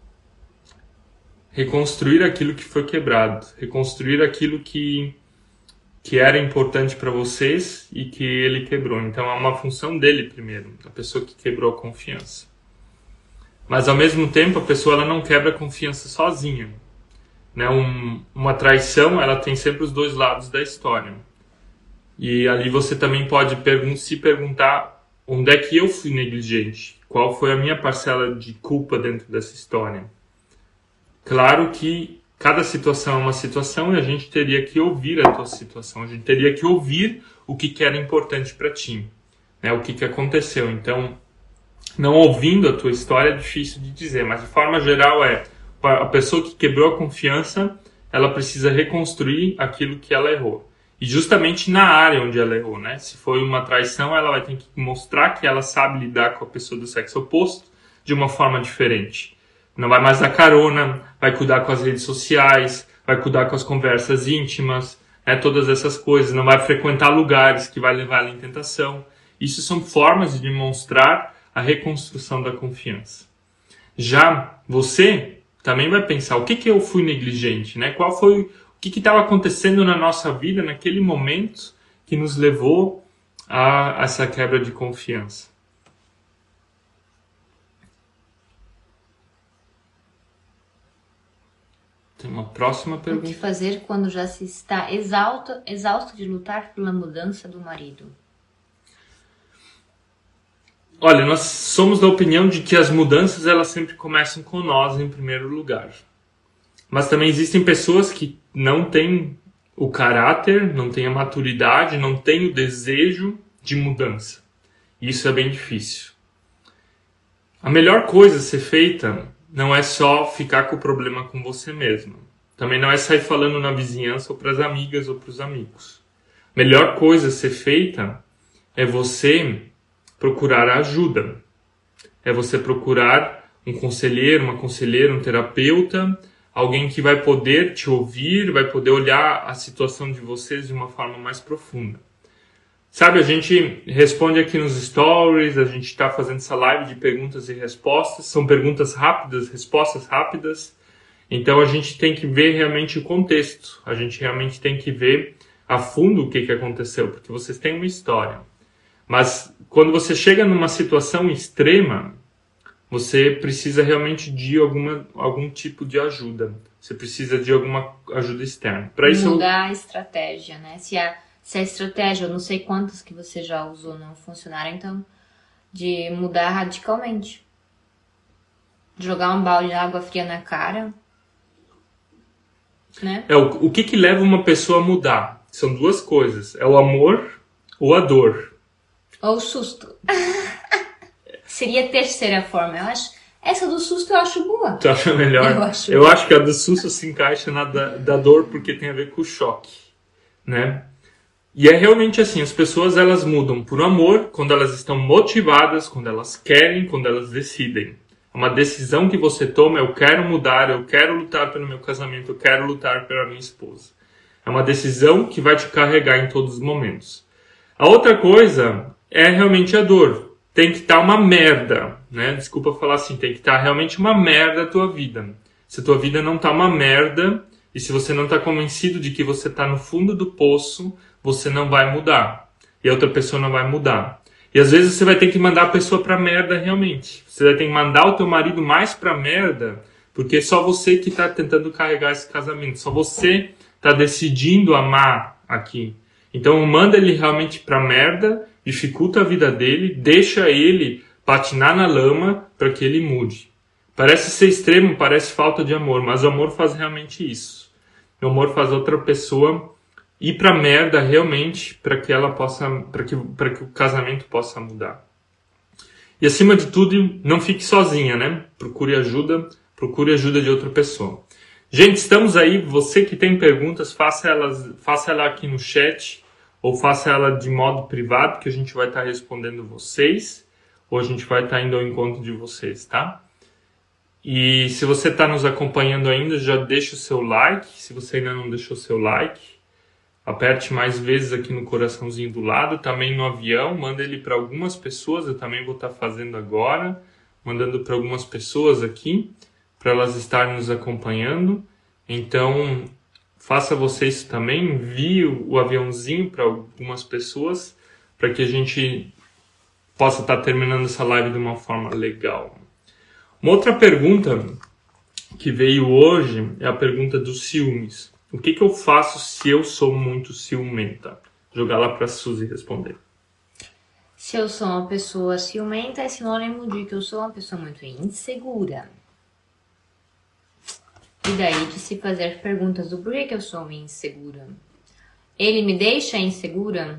Reconstruir aquilo que foi quebrado. Reconstruir aquilo que era importante para vocês e que ele quebrou. Então é uma função dele primeiro, a pessoa que quebrou a confiança. Mas ao mesmo tempo a pessoa ela não quebra a confiança sozinha. Né? Uma traição ela tem sempre os dois lados da história. E ali você também pode se perguntar onde é que eu fui negligente? Qual foi a minha parcela de culpa dentro dessa história? Claro que cada situação é uma situação e a gente teria que ouvir a tua situação, a gente teria que ouvir o que era importante para ti, né? O que aconteceu. Então, não ouvindo a tua história é difícil de dizer, mas de forma geral a pessoa que quebrou a confiança, ela precisa reconstruir aquilo que ela errou. E justamente na área onde ela errou, né? Se foi uma traição, ela vai ter que mostrar que ela sabe lidar com a pessoa do sexo oposto de uma forma diferente. Não vai mais dar carona, vai cuidar com as redes sociais, vai cuidar com as conversas íntimas, né? Todas essas coisas. Não vai frequentar lugares que vai levar ela em tentação. Isso são formas de demonstrar a reconstrução da confiança. Já você também vai pensar, o que eu fui negligente, né? Qual foi o que estava acontecendo na nossa vida naquele momento que nos levou a essa quebra de confiança? Tem uma próxima pergunta. O que fazer quando já se está exausto de lutar pela mudança do marido? Olha, nós somos da opinião de que as mudanças elas sempre começam com nós em primeiro lugar. Mas também existem pessoas que não têm o caráter, não têm a maturidade, não têm o desejo de mudança. E isso é bem difícil. A melhor coisa a ser feita não é só ficar com o problema com você mesmo. Também não é sair falando na vizinhança ou para as amigas ou para os amigos. A melhor coisa a ser feita é você procurar ajuda. É você procurar um conselheiro, uma conselheira, um terapeuta, alguém que vai poder te ouvir, vai poder olhar a situação de vocês de uma forma mais profunda. Sabe, a gente responde aqui nos stories, a gente está fazendo essa live de perguntas e respostas, são perguntas rápidas, respostas rápidas, então a gente tem que ver realmente o contexto, a gente realmente tem que ver a fundo o que aconteceu, porque vocês têm uma história. Mas quando você chega numa situação extrema, você precisa realmente de algum tipo de ajuda, você precisa de alguma ajuda externa. Para isso mudar a estratégia, né? Se a estratégia, eu não sei quantas que você já usou, não funcionaram, então, de mudar radicalmente. Jogar um balde de água fria na cara, né? O que leva uma pessoa a mudar? São duas coisas, é o amor ou a dor. Ou o susto. Seria a terceira forma, eu acho. Essa do susto eu acho boa. Tu acha melhor? Eu acho que a do susto se encaixa na da dor porque tem a ver com o choque, né? E é realmente assim, as pessoas elas mudam por amor, quando elas estão motivadas, quando elas querem, quando elas decidem. É uma decisão que você toma, eu quero mudar, eu quero lutar pelo meu casamento, eu quero lutar pela minha esposa. É uma decisão que vai te carregar em todos os momentos. A outra coisa é realmente a dor. Tem que estar uma merda, né? Desculpa falar assim, tem que estar realmente uma merda a tua vida. Se a tua vida não está uma merda, e se você não está convencido de que você está no fundo do poço, você não vai mudar. E a outra pessoa não vai mudar. E às vezes você vai ter que mandar a pessoa pra merda realmente. Você vai ter que mandar o teu marido mais pra merda, porque é só você que está tentando carregar esse casamento. Só você está decidindo amar aqui. Então manda ele realmente pra merda, dificulta a vida dele, deixa ele patinar na lama para que ele mude. Parece ser extremo, parece falta de amor, mas o amor faz realmente isso. O amor faz outra pessoa ir pra merda realmente para que ela possa, para que o casamento possa mudar. E acima de tudo, não fique sozinha, né? Procure ajuda de outra pessoa. Gente, estamos aí, você que tem perguntas, faça ela aqui no chat ou faça ela de modo privado, que a gente vai estar respondendo vocês, ou a gente vai estar indo ao encontro de vocês, tá? E se você está nos acompanhando ainda, já deixa o seu like. Se você ainda não deixou o seu like, aperte mais vezes aqui no coraçãozinho do lado, também no avião, manda ele para algumas pessoas, eu também vou estar fazendo agora, mandando para algumas pessoas aqui, para elas estarem nos acompanhando. Então, faça você isso também, envie o aviãozinho para algumas pessoas, para que a gente possa estar terminando essa live de uma forma legal. Uma outra pergunta que veio hoje é a pergunta dos ciúmes. O que eu faço se eu sou muito ciumenta? Vou jogar lá para a Suzy responder. Se eu sou uma pessoa ciumenta, é sinônimo de que eu sou uma pessoa muito insegura. E daí de se fazer perguntas do porquê que eu sou insegura. Ele me deixa insegura?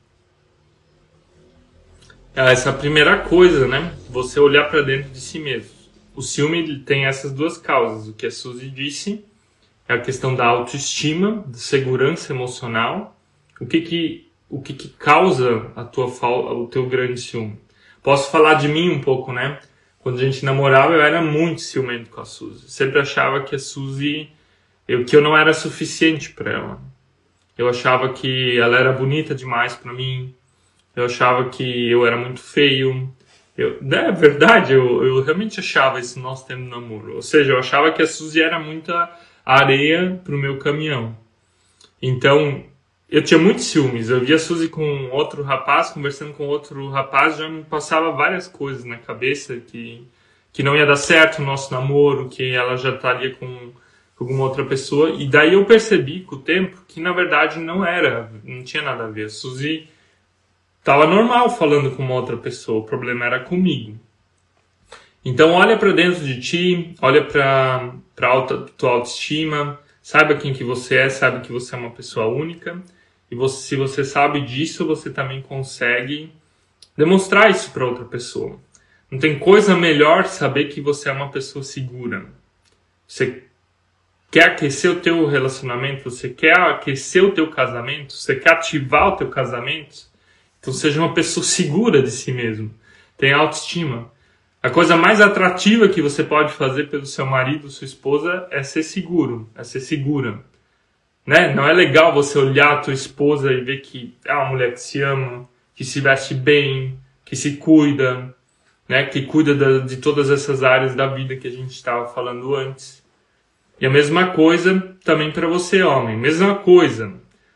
Essa é a primeira coisa, né? Você olhar para dentro de si mesmo. O ciúme tem essas duas causas. O que a Suzy disse é a questão da autoestima, da segurança emocional. O que causa o teu grande ciúme? Posso falar de mim um pouco, né? Quando a gente namorava, eu era muito ciumento com a Suzy. Sempre achava que a Suzy... que eu não era suficiente para ela. Eu achava que ela era bonita demais para mim. Eu achava que eu era muito feio. É verdade, eu realmente achava esse nosso tempo de namoro. Ou seja, eu achava que a Suzy era muita areia pro meu caminhão. Então, eu tinha muitos ciúmes. Eu via a Suzy com outro rapaz, conversando com outro rapaz, já me passava várias coisas na cabeça que não ia dar certo o nosso namoro, que ela já estaria com alguma outra pessoa. E daí eu percebi com o tempo que, na verdade, não tinha nada a ver. A Suzy estava normal falando com uma outra pessoa, o problema era comigo. Então olha para dentro de ti, olha para tua autoestima, saiba quem que você é, saiba que você é uma pessoa única. E se você sabe disso, você também consegue demonstrar isso para outra pessoa. Não tem coisa melhor saber que você é uma pessoa segura. Você quer aquecer o teu relacionamento, você quer aquecer o teu casamento, você quer ativar o teu casamento. Então seja uma pessoa segura de si mesmo. Tenha autoestima. A coisa mais atrativa que você pode fazer pelo seu marido, sua esposa, é ser seguro, é ser segura. Né? Não é legal você olhar a tua esposa e ver que é uma mulher que se ama, que se veste bem, que se cuida, né? Que cuida de todas essas áreas da vida que a gente estava falando antes. E a mesma coisa também para você, homem. Mesma coisa.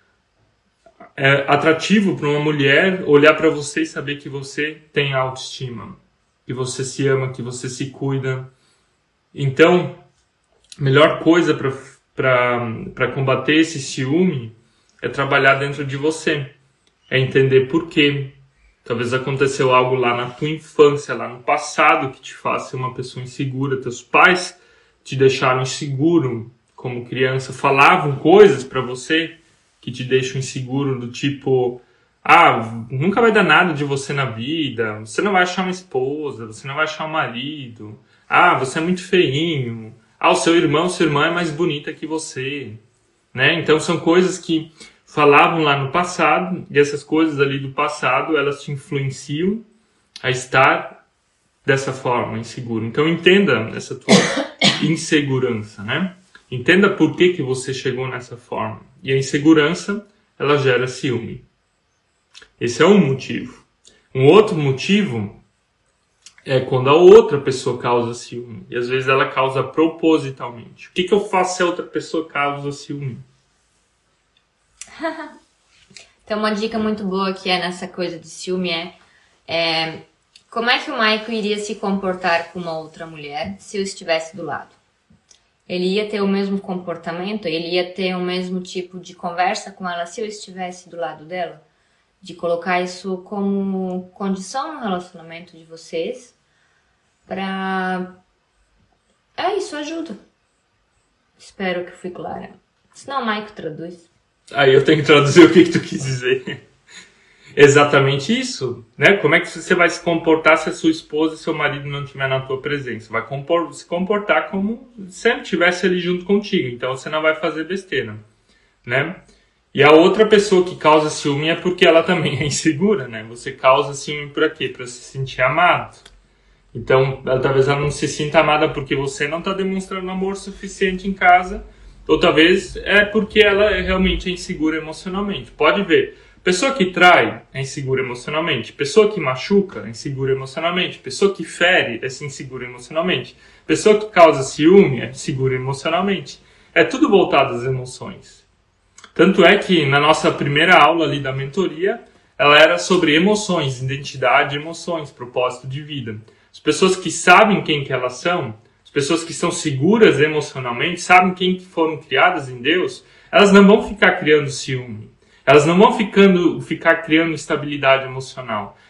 É atrativo para uma mulher olhar para você e saber que você tem autoestima, que você se ama, que você se cuida. Então, a melhor coisa para combater esse ciúme é trabalhar dentro de você. É entender por quê. Talvez aconteceu algo lá na tua infância, lá no passado, que te faz ser uma pessoa insegura. Teus pais te deixaram inseguro como criança, falavam coisas para você que te deixam inseguro, do tipo, nunca vai dar nada de você na vida, você não vai achar uma esposa, você não vai achar um marido, você é muito feinho, o seu irmão, sua irmã é mais bonita que você, né? Então são coisas que falavam lá no passado, e essas coisas ali do passado, elas te influenciam a estar dessa forma, inseguro. Então entenda essa tua insegurança, né? Entenda por que você chegou nessa forma. E a insegurança, ela gera ciúme. Esse é um motivo. Um outro motivo é quando a outra pessoa causa ciúme. E às vezes ela causa propositalmente. O que eu faço se a outra pessoa causa ciúme? Então uma dica muito boa que é nessa coisa de ciúme é como é que o Michael iria se comportar com uma outra mulher se eu estivesse do lado? Ele ia ter o mesmo comportamento? Ele ia ter o mesmo tipo de conversa com ela se eu estivesse do lado dela? De colocar isso como condição no relacionamento de vocês isso ajuda. Espero que fui clara. Senão o Maico traduz. Aí eu tenho que traduzir o que tu quis dizer. Exatamente isso, né? Como é que você vai se comportar se a sua esposa e seu marido não estiver na tua presença? Vai se comportar como se sempre estivesse ali junto contigo. Então você não vai fazer besteira, né? E a outra pessoa que causa ciúme é porque ela também é insegura, né? Você causa ciúme por quê? Para se sentir amado. Então, talvez ela não se sinta amada porque você não está demonstrando amor suficiente em casa, ou talvez é porque ela realmente é insegura emocionalmente. Pode ver. Pessoa que trai é insegura emocionalmente. Pessoa que machuca é insegura emocionalmente. Pessoa que fere é insegura emocionalmente. Pessoa que causa ciúme é insegura emocionalmente. É tudo voltado às emoções. Tanto é que na nossa primeira aula ali da mentoria, ela era sobre emoções, identidade, emoções, propósito de vida. As pessoas que sabem quem que elas são, as pessoas que são seguras emocionalmente, sabem quem que foram criadas em Deus, elas não vão ficar criando ciúme. Elas não vão ficar criando estabilidade emocional.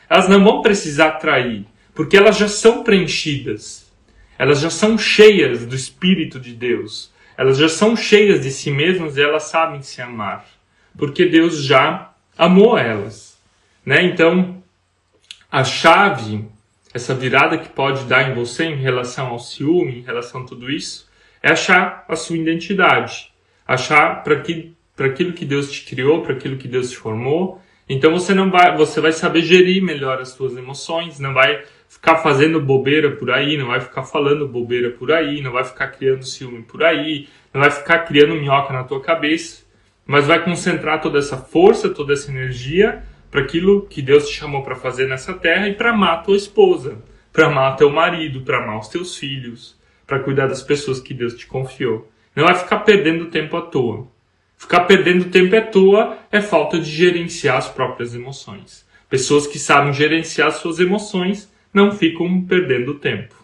Elas não vão precisar trair, porque elas já são preenchidas. Elas já são cheias do Espírito de Deus. Elas já são cheias de si mesmas e elas sabem se amar. Porque Deus já amou elas. Né? Então, a chave, essa virada que pode dar em você em relação ao ciúme, em relação a tudo isso, é achar a sua identidade. Achar para aquilo que Deus te criou, para aquilo que Deus te formou. Então você vai saber gerir melhor as suas emoções, não vai ficar fazendo bobeira por aí, não vai ficar falando bobeira por aí, não vai ficar criando ciúme por aí, não vai ficar criando minhoca na tua cabeça, mas vai concentrar toda essa força, toda essa energia para aquilo que Deus te chamou para fazer nessa terra e para amar a tua esposa, para amar teu marido, para amar os teus filhos, para cuidar das pessoas que Deus te confiou. Não vai ficar perdendo tempo à toa. Ficar perdendo tempo à toa é falta de gerenciar as próprias emoções. Pessoas que sabem gerenciar suas emoções não ficam perdendo tempo.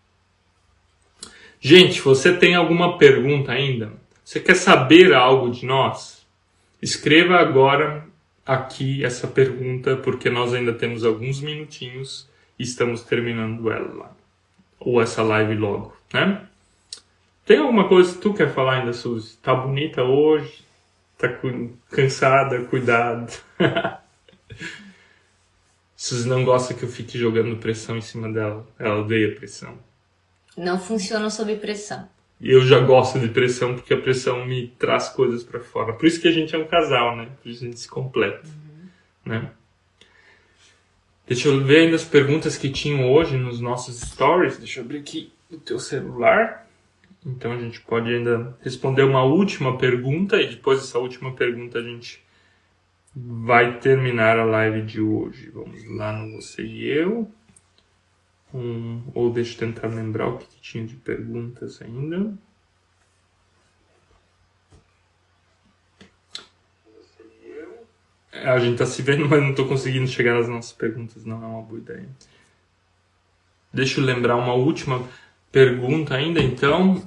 Gente, você tem alguma pergunta ainda? Você quer saber algo de nós? Escreva agora aqui essa pergunta, porque nós ainda temos alguns minutinhos e estamos terminando ela lá. Ou essa live logo, né? Tem alguma coisa que tu quer falar ainda, Suzy? Tá bonita hoje? Tá cansada? Cuidado. Suzy não gosta que eu fique jogando pressão em cima dela. Ela odeia pressão. Não funciona sob pressão. Eu já gosto de pressão porque a pressão me traz coisas pra fora. Por isso que a gente é um casal, né? Por isso a gente se completa, né? Deixa eu ver ainda as perguntas que tinham hoje nos nossos stories. Deixa eu abrir aqui o teu celular. Então a gente pode ainda responder uma última pergunta e depois dessa última pergunta a gente vai terminar a live de hoje. Vamos lá no Você e Eu. Ou deixa eu tentar lembrar o que tinha de perguntas ainda. A gente tá se vendo, mas não tô conseguindo chegar nas nossas perguntas. Não é uma boa ideia. Deixa eu lembrar uma última pergunta ainda, então.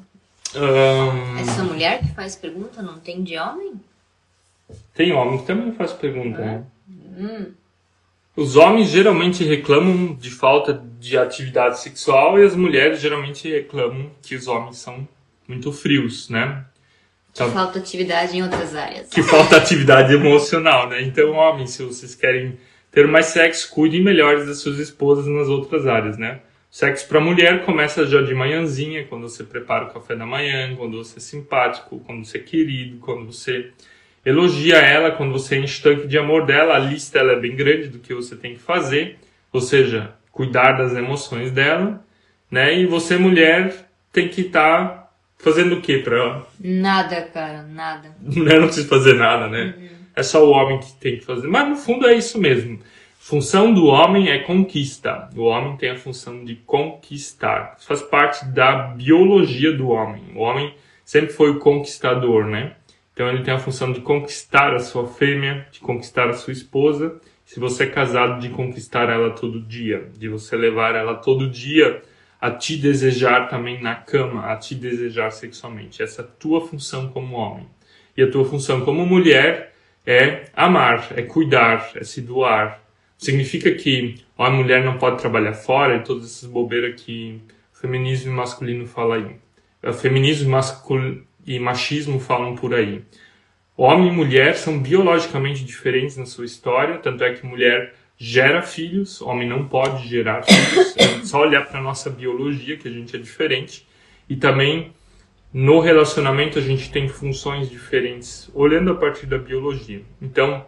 Essa mulher que faz pergunta não tem de homem? Tem homem que também faz pergunta, né? Os homens geralmente reclamam de falta de atividade sexual e as mulheres geralmente reclamam que os homens são muito frios, né? Que falta atividade em outras áreas. Que falta atividade emocional, né? Então, homens, se vocês querem ter mais sexo, cuidem melhor das suas esposas nas outras áreas, né? Sexo para mulher começa já de manhãzinha, quando você prepara o café da manhã, quando você é simpático, quando você é querido, quando você elogia ela, quando você enche o tanque de amor dela. A lista ela é bem grande do que você tem que fazer, ou seja, cuidar das emoções dela, né? E você, mulher, tem que estar fazendo o quê para ela? Nada, cara, nada. Não precisa fazer nada, né? É só o homem que tem que fazer. Mas no fundo é isso mesmo. Função do homem é conquista. O homem tem a função de conquistar. Isso faz parte da biologia do homem. O homem sempre foi o conquistador, né? Então ele tem a função de conquistar a sua fêmea, de conquistar a sua esposa. Se você é casado, de conquistar ela todo dia. De você levar ela todo dia a te desejar também na cama, a te desejar sexualmente. Essa é a tua função como homem. E a tua função como mulher é amar, é cuidar, é se doar. Significa que a mulher não pode trabalhar fora e todas essas bobeiras que o feminismo masculino fala aí. O feminismo e machismo falam por aí. Homem e mulher são biologicamente diferentes na sua história, tanto é que mulher gera filhos, homem não pode gerar filhos. É só olhar para a nossa biologia que a gente é diferente. E também no relacionamento a gente tem funções diferentes, olhando a partir da biologia. Então,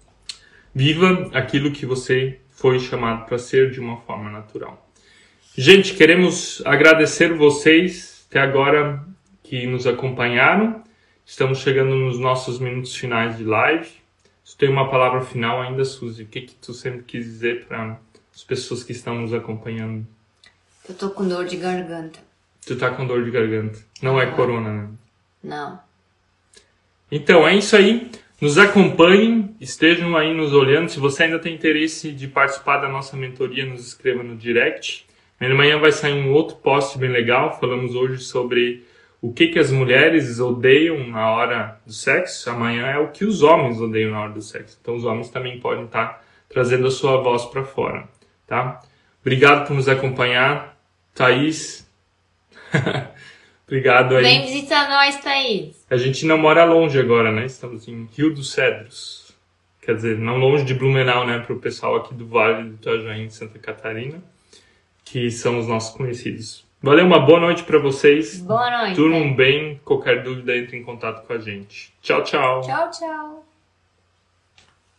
viva aquilo que você foi chamado para ser de uma forma natural. Gente, queremos agradecer vocês até agora que nos acompanharam. Estamos chegando nos nossos minutos finais de live. Tu tem uma palavra final ainda, Suzy? O que tu sempre quis dizer para as pessoas que estão nos acompanhando? Eu tô com dor de garganta. Tu tá com dor de garganta. Não é corona, né? Não. Então, é isso aí. Nos acompanhem, estejam aí nos olhando. Se você ainda tem interesse de participar da nossa mentoria, nos escreva no direct. Amanhã vai sair um outro post bem legal. Falamos hoje sobre o que as mulheres odeiam na hora do sexo. Amanhã é o que os homens odeiam na hora do sexo. Então os homens também podem estar trazendo a sua voz para fora, tá? Obrigado por nos acompanhar, Thaís. Obrigado aí. Vem visitar nós, Thaís. A gente não mora longe agora, né? Estamos em Rio dos Cedros. Quer dizer, não longe de Blumenau, né? Para o pessoal aqui do Vale do Itajaí, em Santa Catarina, que são os nossos conhecidos. Valeu, uma boa noite para vocês. Boa noite. Durmam bem. Qualquer dúvida, entre em contato com a gente. Tchau, tchau. Tchau, tchau.